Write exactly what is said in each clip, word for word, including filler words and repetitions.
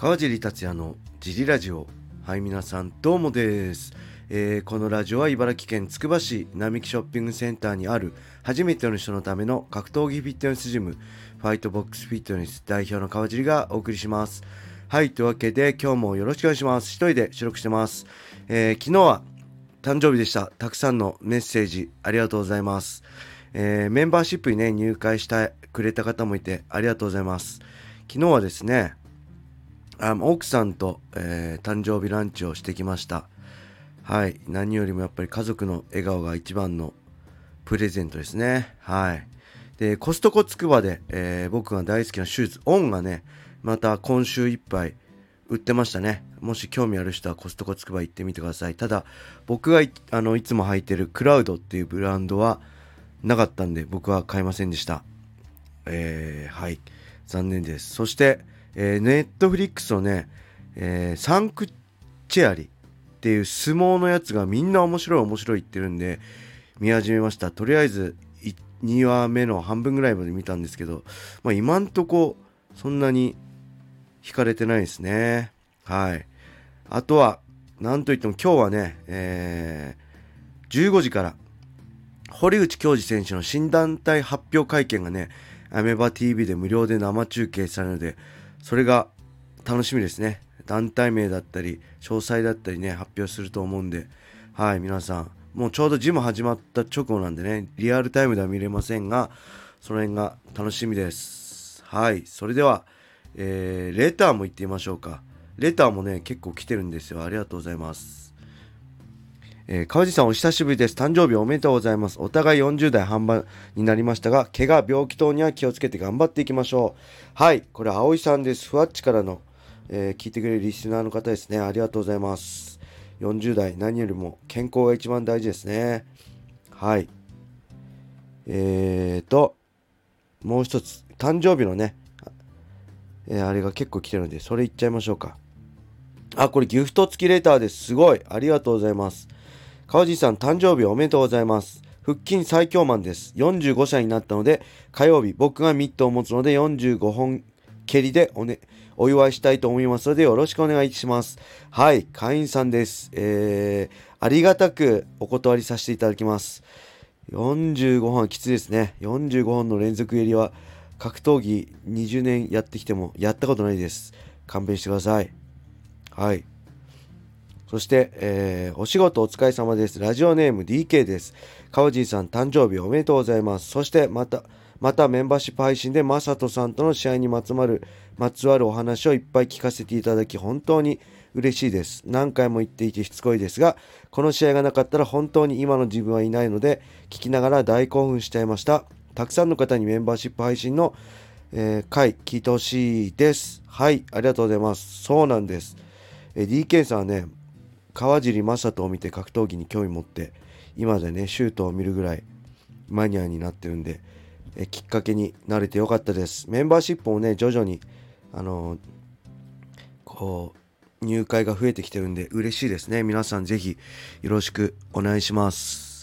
川尻達也のジリラジオ。はい、皆さんどうもです、えー、このラジオは茨城県つくば市並木ショッピングセンターにある初めての人のための格闘技フィットネスジム、ファイトボックスフィットネス代表の川尻がお送りします。はい、というわけで今日もよろしくお願いします。一人で収録してます。えー、昨日は誕生日でした。たくさんのメッセージありがとうございます。えー、メンバーシップにね入会してくれた方もいてありがとうございます。昨日はですね、あ奥さんと、えー、誕生日ランチをしてきました。はい、何よりもやっぱり家族の笑顔が一番のプレゼントですね。はい。で、コストコつくばで、えー、僕が大好きなシューズオンがね、また今週いっぱい売ってましたね。もし興味ある人はコストコつくば行ってみてください。ただ僕が い, あのいつも履いてるクラウドっていうブランドはなかったんで僕は買いませんでした。えー、はい、残念です。そしてえー、ネットフリックスのね、えー、サンクチェアリっていう相撲のやつがみんな面白い面白い言ってるんで見始めました。とりあえずにわめの半分ぐらいまで見たんですけど、まあ、今んとこそんなに惹かれてないですね。はい。あとはなんといっても今日はね、えー、じゅうごじから堀内恭司選手の新団体発表会見がねアメバ ティービー で無料で生中継されるので、それが楽しみですね。団体名だったり詳細だったりね発表すると思うんで、はい、皆さんもうちょうどジム始まった直後なんでねリアルタイムでは見れませんがその辺が楽しみです。はい、それでは、えー、レターも言ってみましょうか。レターもね結構来てるんですよ。ありがとうございます。えー、川地さんお久しぶりです。誕生日おめでとうございます。お互いよんじゅう代半ばになりましたが、怪我病気等には気をつけて頑張っていきましょう。はい、これ葵さんです。ふわっちからの、えー、聞いてくれるリスナーの方ですね。ありがとうございます。よんじゅう代何よりも健康が一番大事ですね。はい。えーともう一つ誕生日のね、えー、あれが結構来てるんでそれ言っちゃいましょうか。あ、これギフト付きレターです。すごいありがとうございます。川地さん誕生日おめでとうございます。腹筋最強マンです。よんじゅうごさいになったので火曜日僕がミットを持つのでよんじゅうごほん蹴りでお,、ね、お祝いしたいと思いますのでよろしくお願いします。はい、会員さんです。えー、ありがたくお断りさせていただきます。よんじゅうごほんはきついですね。よんじゅうごほんの連続蹴りは格闘技にじゅうねんやってきてもやったことないです。勘弁してください。はい。そして、えー、お仕事お疲れ様です。ラジオネーム ディーケー です。川尻さん誕生日おめでとうございます。そしてまたまたメンバーシップ配信でマサトさんとの試合にまつわるまつわるお話をいっぱい聞かせていただき本当に嬉しいです。何回も言っていてしつこいですが、この試合がなかったら本当に今の自分はいないので聞きながら大興奮しちゃいました。たくさんの方にメンバーシップ配信の、えー、回聞いてほしいです。はい、ありがとうございます。そうなんです。えー、ディーケー さんはね川尻正人を見て格闘技に興味持って今でねシュートを見るぐらいマニアになってるんでえきっかけになれてよかったです。メンバーシップもね徐々にあのー、こう入会が増えてきてるんで嬉しいですね。皆さんぜひよろしくお願いします。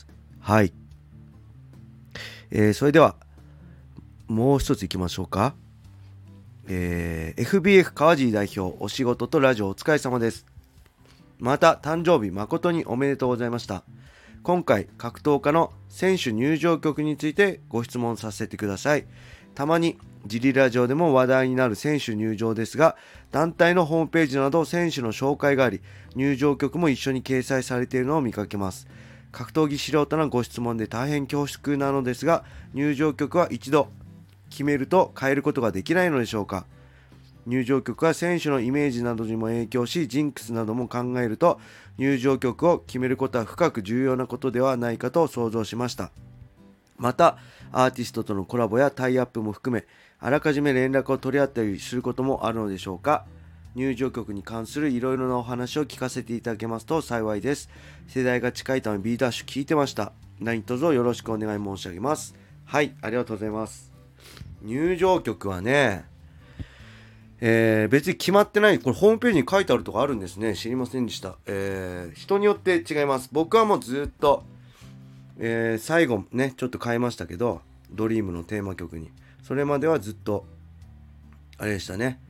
はい、えー、それではもう一ついきましょうか。えー、エフビーエフ 川尻代表お仕事とラジオお疲れ様です。また誕生日誠におめでとうございました。今回格闘家の選手入場曲についてご質問させてください。たまにジリラジオでも話題になる選手入場ですが、団体のホームページなど選手の紹介があり入場曲も一緒に掲載されているのを見かけます。格闘技素人なご質問で大変恐縮なのですが、入場曲は一度決めると変えることができないのでしょうか。入場曲は選手のイメージなどにも影響しジンクスなども考えると入場曲を決めることは深く重要なことではないかと想像しました。またアーティストとのコラボやタイアップも含めあらかじめ連絡を取り合ったりすることもあるのでしょうか。入場曲に関するいろいろなお話を聞かせていただけますと幸いです。世代が近いため B ダッシュ聞いてました。何卒よろしくお願い申し上げます。はい、ありがとうございます。入場曲はねえー、別に決まってない。これホームページに書いてあるとかあるんですね。知りませんでした。えー、人によって違います。僕はもうずっと、えー、最後ねちょっと変えましたけどドリームのテーマ曲にそれまではずっとあれでしたね。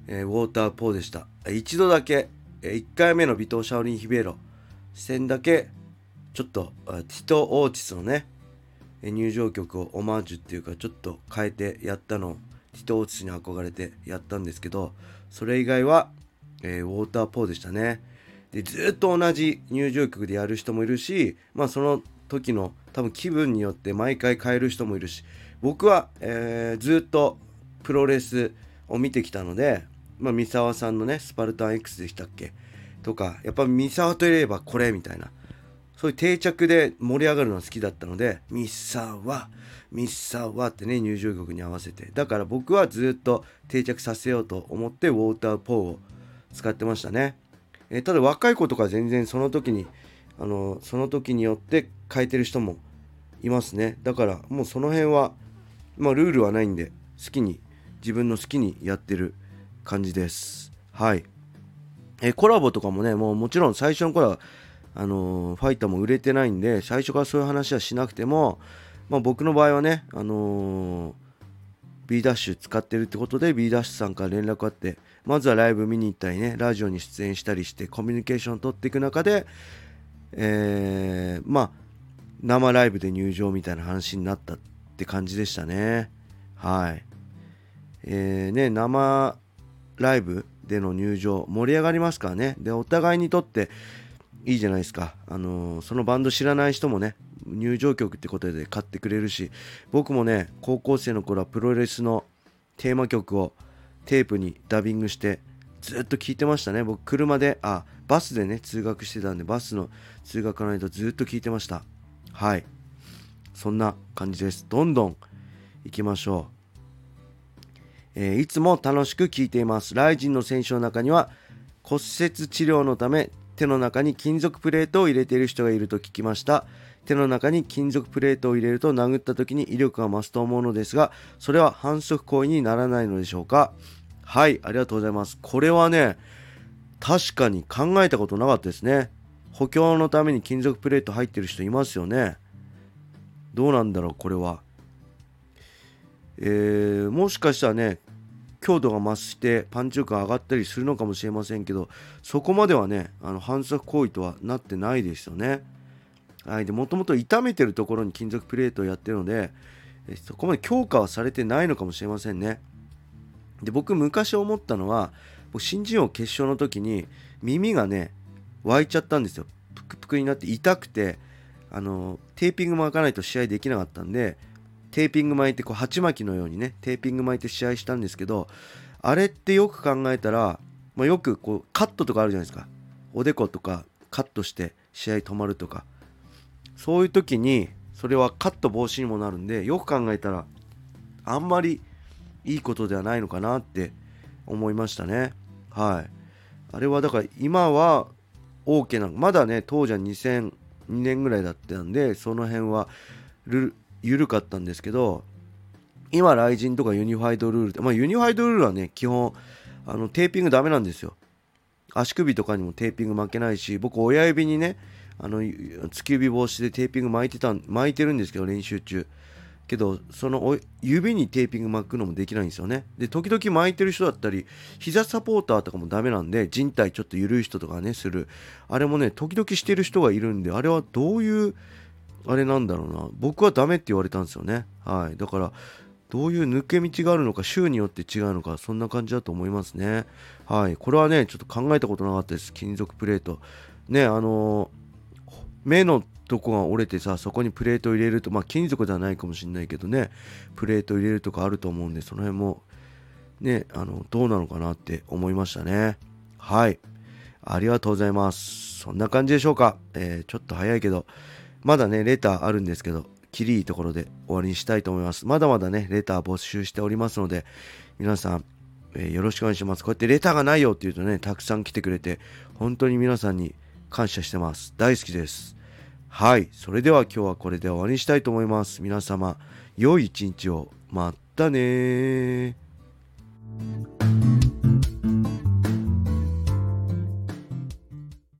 えー、ウォーターポーでした。一度だけ、えー、いっかいめの微糖シャオリンヒベロ戦だけちょっとティト・オーティスのね入場曲をオマージュっていうかちょっと変えてやったのをティト・オーティスに憧れてやったんですけど、それ以外は、えー、ウォーターポーでしたね。でずっと同じ入場曲でやる人もいるし、まあその時の多分気分によって毎回変える人もいるし、僕は、えー、ずっとプロレスを見てきたので、まあ三沢さんのねスパルタン X でしたっけとか、やっぱ三沢といえばこれみたいな、そういう定着で盛り上がるのが好きだったので、三沢三沢ってね入場曲に合わせて、だから僕はずっと定着させようと思ってウォーターポーを使ってましたね。えー、ただ若い子とか全然その時にあのその時によって変えてる人もいますね。だからもうその辺はまあルールはないんで好きに自分の好きにやってる感じです。はい。えー、コラボとかもね、もうもちろん最初の頃はあのー、ファイターも売れてないんで最初からそういう話はしなくても、まあ、僕の場合はね、あのー、B ダッシュ使ってるってことで B ダッシュさんから連絡あって、まずはライブ見に行ったりね、ラジオに出演したりしてコミュニケーションを取っていく中で、えー、まあ生ライブで入場みたいな話になったって感じでしたね。はい。えー、ね生ライブでの入場盛り上がりますからね。でお互いにとっていいじゃないですか。あのー、そのバンド知らない人もね入場曲ってことで買ってくれるし、僕もね高校生の頃はプロレスのテーマ曲をテープにダビングしてずっと聴いてましたね。僕車であバスでね通学してたんで、バスの通学の間ずっと聴いてました。はい、そんな感じです。どんどん行きましょう。えー、いつも楽しく聴いています。ライジンの選手の中には骨折治療のため手の中に金属プレートを入れている人がいると聞きました。手の中に金属プレートを入れると殴った時に威力が増すと思うのですが、それは反則行為にならないのでしょうか。はい、ありがとうございます。これはね確かに考えたことなかったですね。補強のために金属プレート入ってる人いますよね。どうなんだろうこれは。えー、もしかしたらね強度が増してパンチ力が上がったりするのかもしれませんけど、そこまではねあの反則行為とはなってないですよね。はい、でもともと痛めてるところに金属プレートをやってるので、そこまで強化はされてないのかもしれませんね。で僕昔思ったのは、新人王決勝の時に耳がね湧いちゃったんですよ。プクプクになって痛くて、あのテーピング巻かないと試合できなかったんで、テーピング巻いてこう鉢巻きのようにねテーピング巻いて試合したんですけど、あれってよく考えたら、まあ、よくこうカットとかあるじゃないですか。おでことかカットして試合止まるとか、そういう時にそれはカット防止にもなるんで、よく考えたらあんまりいいことではないのかなって思いましたね。はい。あれはだから今は OK なの、まだね当時はにせんにねんぐらいだったんで、その辺はル緩かったんですけど、今雷神とかユニファイドルールって、まあユニファイドルールはね基本あのテーピングダメなんですよ。足首とかにもテーピング巻けないし、僕親指にねあの突き指防止でテーピング巻いてた巻いてるんですけど練習中けど、その指にテーピング巻くのもできないんですよね。で時々巻いてる人だったり膝サポーターとかもダメなんで、靭帯ちょっと緩い人とかねするあれもね時々してる人がいるんで、あれはどういうあれなんだろうな。僕はダメって言われたんですよね。はい。だからどういう抜け道があるのか、州によって違うのか、そんな感じだと思いますね。はい。これはねちょっと考えたことなかったです。金属プレートね、あのー、目のとこが折れてさ、そこにプレートを入れると、まあ金属ではないかもしれないけどね、プレートを入れるとかあると思うんで、その辺もねあのどうなのかなって思いましたね。はい、ありがとうございます。そんな感じでしょうか。えー、ちょっと早いけどまだねレターあるんですけど、きりいいところで終わりにしたいと思います。まだまだねレター募集しておりますので、皆さん、えー、よろしくお願いします。こうやってレターがないよっていうとね、たくさん来てくれて本当に皆さんに感謝してます。大好きです。はい、それでは今日はこれで終わりにしたいと思います。皆様良い一日を。またねー。